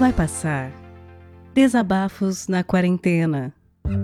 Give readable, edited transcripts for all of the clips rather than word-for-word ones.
Vai passar. Desabafos na quarentena.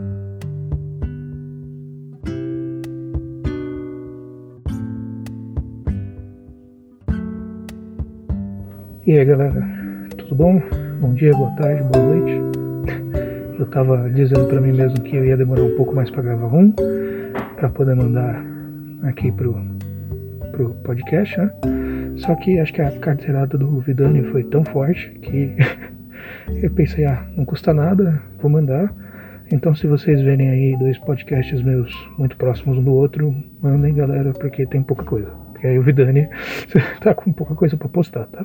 E aí galera, tudo bom? Bom dia, boa tarde, boa noite. Eu tava dizendo pra mim mesmo que eu ia demorar um pouco mais pra gravar pra poder mandar aqui pro podcast, né? Só que acho que a carteirada do Vidani foi tão forte que eu pensei, não custa nada, vou mandar. Então se vocês verem aí 2 podcasts meus muito próximos um do outro, mandem galera, porque tem pouca coisa. Porque aí o Vidani tá com pouca coisa pra postar, tá?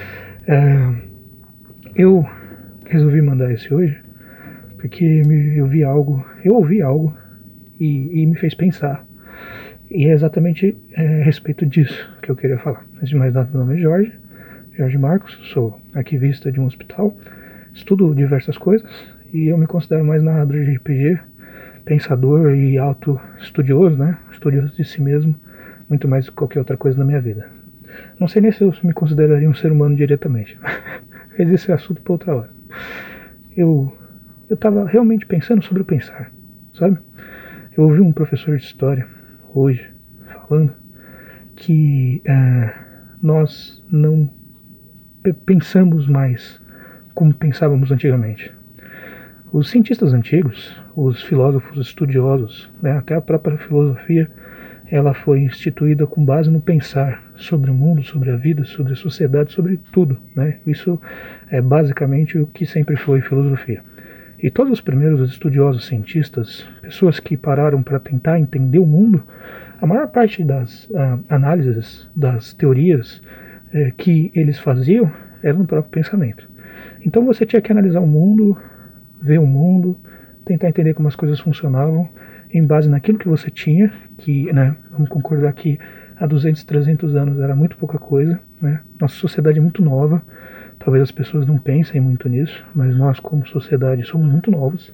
Eu resolvi mandar esse hoje porque eu ouvi algo e me fez pensar. E é exatamente a respeito disso que eu queria falar. Antes de mais nada, meu nome é Jorge Marcos, sou arquivista de um hospital, estudo diversas coisas e eu me considero mais narrador de RPG, pensador e auto-estudioso, né? Estudioso de si mesmo, muito mais do que qualquer outra coisa na minha vida. Não sei nem se eu me consideraria um ser humano diretamente, mas esse é assunto para outra hora. Eu estava realmente pensando sobre o pensar, sabe? Eu ouvi um professor de história hoje falando que nós não pensamos mais como pensávamos antigamente. Os cientistas antigos, os filósofos estudiosos, né, até a própria filosofia, ela foi instituída com base no pensar sobre o mundo, sobre a vida, sobre a sociedade, sobre tudo, né? Isso é basicamente o que sempre foi filosofia. E todos os primeiros estudiosos cientistas, pessoas que pararam para tentar entender o mundo, a maior parte das análises, das teorias que eles faziam era no próprio pensamento. Então você tinha que analisar o mundo, ver o mundo, tentar entender como as coisas funcionavam, em base naquilo que você tinha, que, né, vamos concordar que há 200, 300 anos era muito pouca coisa, né? Nossa sociedade é muito nova, talvez as pessoas não pensem muito nisso, mas nós como sociedade somos muito novos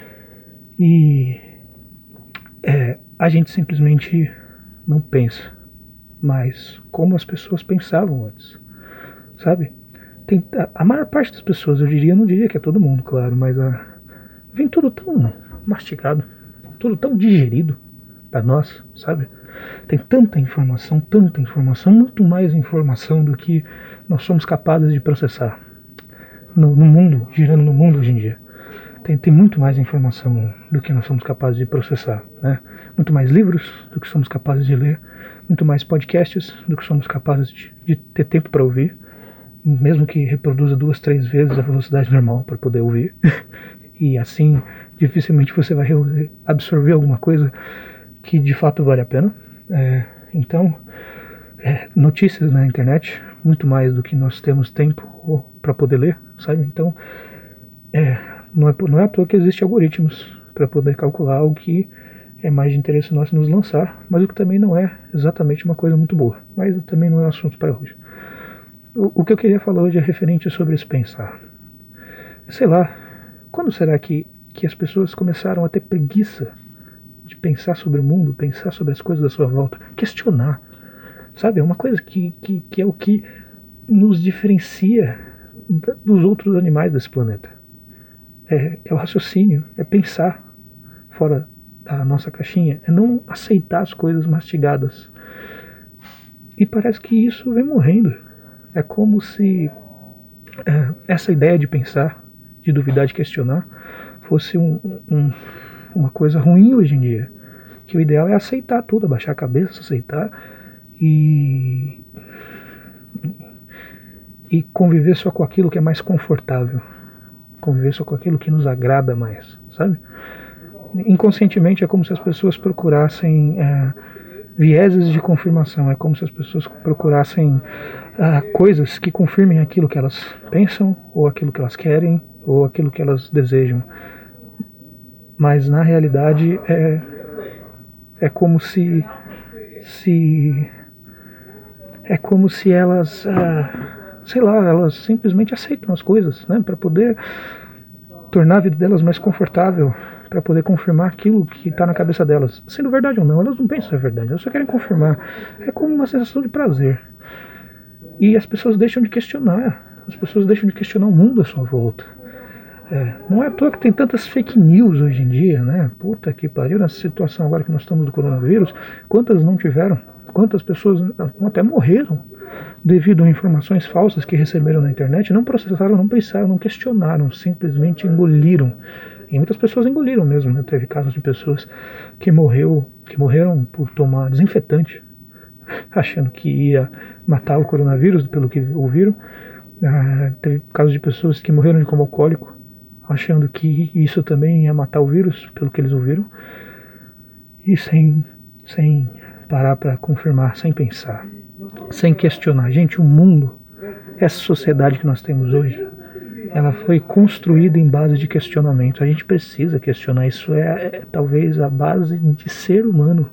e a gente simplesmente não pensa mais como as pessoas pensavam antes, sabe? A maior parte das pessoas, não diria que é todo mundo, claro, mas vem tudo tão mastigado, tudo tão digerido para nós, sabe? Tem tanta informação, muito mais informação do que nós somos capazes de processar no mundo, girando no mundo hoje em dia. Tem muito mais informação do que nós somos capazes de processar, né? Muito mais livros do que somos capazes de ler, muito mais podcasts do que somos capazes de ter tempo para ouvir, mesmo que reproduza 2, 3 vezes a velocidade normal para poder ouvir. E assim, dificilmente você vai absorver alguma coisa que de fato vale a pena. Então, notícias na internet, muito mais do que nós temos tempo para poder ler, sabe? Então, não é à toa que existem algoritmos para poder calcular o que é mais de interesse nosso nos lançar, mas o que também não é exatamente uma coisa muito boa. Mas também não é um assunto para hoje. O que eu queria falar hoje é referente sobre esse pensar. Sei lá, quando será que as pessoas começaram a ter preguiça de pensar sobre o mundo, pensar sobre as coisas à sua volta, questionar, sabe? É uma coisa que é o que nos diferencia dos outros animais desse planeta. É o raciocínio, é pensar fora da nossa caixinha, é não aceitar as coisas mastigadas. E parece que isso vem morrendo. É como se essa ideia de pensar, de duvidar, de questionar, fosse uma coisa ruim hoje em dia. Que o ideal é aceitar tudo, abaixar a cabeça, aceitar e conviver só com aquilo que é mais confortável. Conviver só com aquilo que nos agrada mais, sabe? Inconscientemente é como se as pessoas procurassem vieses de confirmação. É como se as pessoas procurassem coisas que confirmem aquilo que elas pensam, ou aquilo que elas querem, ou aquilo que elas desejam. Mas na realidade é como se elas, sei lá, elas simplesmente aceitam as coisas, né, para poder tornar a vida delas mais confortável, para poder confirmar aquilo que está na cabeça delas, sendo verdade ou não. Elas não pensam se é verdade, elas só querem confirmar. É como uma sensação de prazer. E as pessoas deixam de questionar As pessoas deixam de questionar o mundo à sua volta. Não é à toa que tem tantas fake news hoje em dia, né? Puta que pariu, nessa situação agora que nós estamos do coronavírus, quantas não tiveram? Quantas pessoas até morreram devido a informações falsas que receberam na internet, não processaram, não pensaram, não questionaram, simplesmente engoliram. E muitas pessoas engoliram mesmo, né? Teve casos de pessoas que morreram por tomar desinfetante, achando que ia matar o coronavírus, pelo que ouviram. Teve casos de pessoas que morreram de coma alcoólico, achando que isso também ia matar o vírus, pelo que eles ouviram, e sem parar para confirmar, sem pensar, sem questionar. Gente, o mundo, essa sociedade que nós temos hoje, ela foi construída em base de questionamento. A gente precisa questionar, isso é talvez a base de ser humano.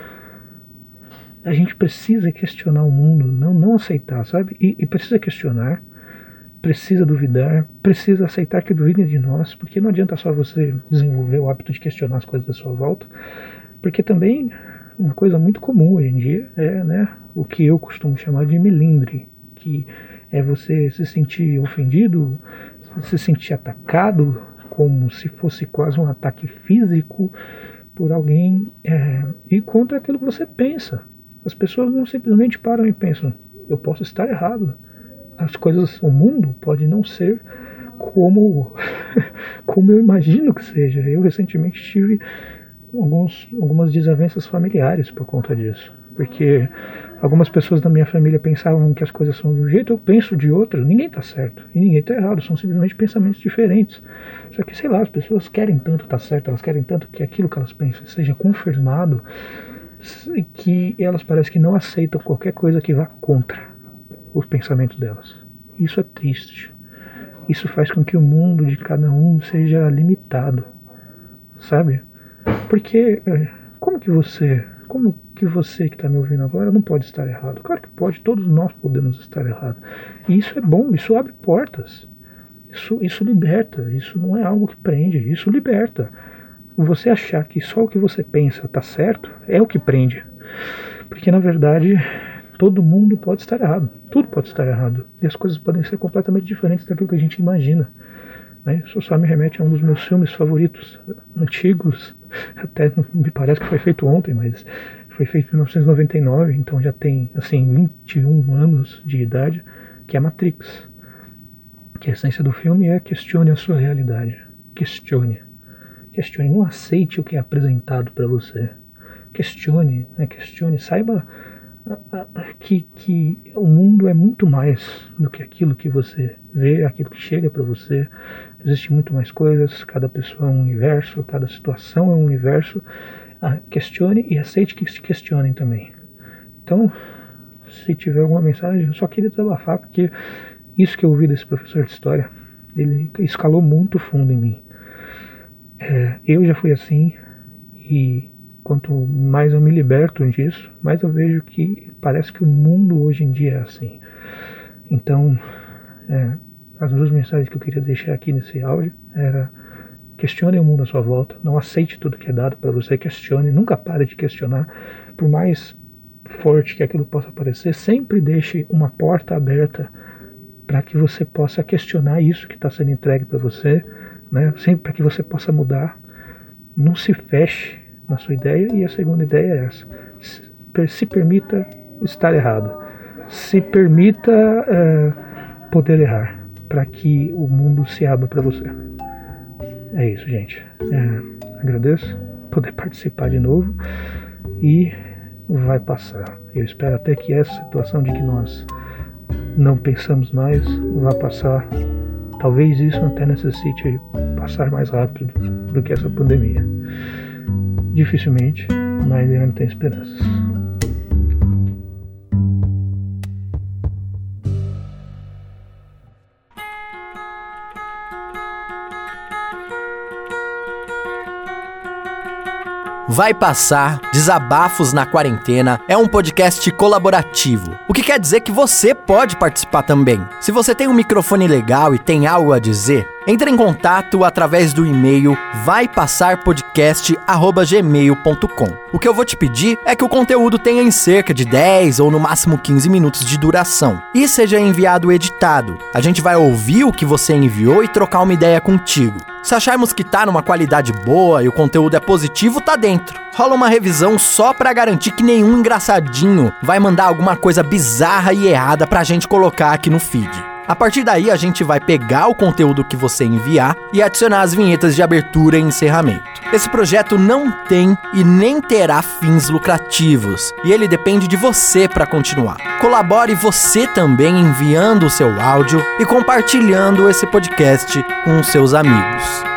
A gente precisa questionar o mundo, não aceitar, sabe? E precisa questionar, precisa duvidar, precisa aceitar que duvidem de nós, porque não adianta só você desenvolver o hábito de questionar as coisas da sua volta, porque também uma coisa muito comum hoje em dia é, né, o que eu costumo chamar de melindre, que é você se sentir ofendido, se sentir atacado, como se fosse quase um ataque físico por alguém, e contra aquilo que você pensa. As pessoas não simplesmente param e pensam, eu posso estar errado. As coisas, o mundo pode não ser como eu imagino que seja. Eu recentemente tive algumas desavenças familiares por conta disso. Porque algumas pessoas da minha família pensavam que as coisas são de um jeito, eu penso de outro. Ninguém está certo e ninguém está errado, são simplesmente pensamentos diferentes. Só que, sei lá, as pessoas querem tanto estar certo, elas querem tanto que aquilo que elas pensam seja confirmado, que elas parecem que não aceitam qualquer coisa que vá contra os pensamentos delas. Isso é triste. Isso faz com que o mundo de cada um seja limitado, sabe? Porque como que você que está me ouvindo agora não pode estar errado? Claro que pode, todos nós podemos estar errados. E isso é bom, isso abre portas. Isso liberta, isso não é algo que prende, isso liberta. Você achar que só o que você pensa está certo é o que prende. Porque na verdade todo mundo pode estar errado, tudo pode estar errado, e as coisas podem ser completamente diferentes daquilo que a gente imagina, né? Isso só me remete a um dos meus filmes favoritos, antigos, até me parece que foi feito ontem, mas foi feito em 1999, então já tem assim 21 anos de idade, que é Matrix, que a essência do filme é questione a sua realidade, questione, não aceite o que é apresentado para você, questione, saiba que o mundo é muito mais do que aquilo que você vê, aquilo que chega para você. Existe muito mais coisas, cada pessoa é um universo, cada situação é um universo. Questione e aceite que se questionem também. Então, se tiver alguma mensagem, eu só queria desabafar, porque isso que eu ouvi desse professor de história, ele escalou muito fundo em mim. Eu já fui assim, e quanto mais eu me liberto disso, mais eu vejo que parece que o mundo hoje em dia é assim. Então, as duas mensagens que eu queria deixar aqui nesse áudio era: questione o mundo à sua volta, não aceite tudo que é dado para você, questione, nunca pare de questionar, por mais forte que aquilo possa parecer, sempre deixe uma porta aberta para que você possa questionar isso que está sendo entregue para você, né? Sempre para que você possa mudar. Não se feche na sua ideia. E a segunda ideia é essa: se permita estar errado, se permita poder errar, para que o mundo se abra para você. É isso, gente. Agradeço poder participar de novo, e vai passar. Eu espero até que essa situação de que nós não pensamos mais vá passar. Talvez isso até necessite passar mais rápido do que essa pandemia. Dificilmente, mas eu ainda tenho esperanças. Vai Passar, Desabafos na Quarentena é um podcast colaborativo, o que quer dizer que você pode participar também. Se você tem um microfone legal e tem algo a dizer, Entre em contato através do e-mail vaipassarpodcast@gmail.com. O que eu vou te pedir é que o conteúdo tenha em cerca de 10 ou no máximo 15 minutos de duração e seja enviado editado. A gente vai ouvir o que você enviou e trocar uma ideia contigo. Se acharmos que tá numa qualidade boa e o conteúdo é positivo, tá dentro. Rola uma revisão só pra garantir que nenhum engraçadinho vai mandar alguma coisa bizarra e errada pra gente colocar aqui no feed. A partir daí, a gente vai pegar o conteúdo que você enviar e adicionar as vinhetas de abertura e encerramento. Esse projeto não tem e nem terá fins lucrativos, e ele depende de você para continuar. Colabore você também enviando o seu áudio e compartilhando esse podcast com seus amigos.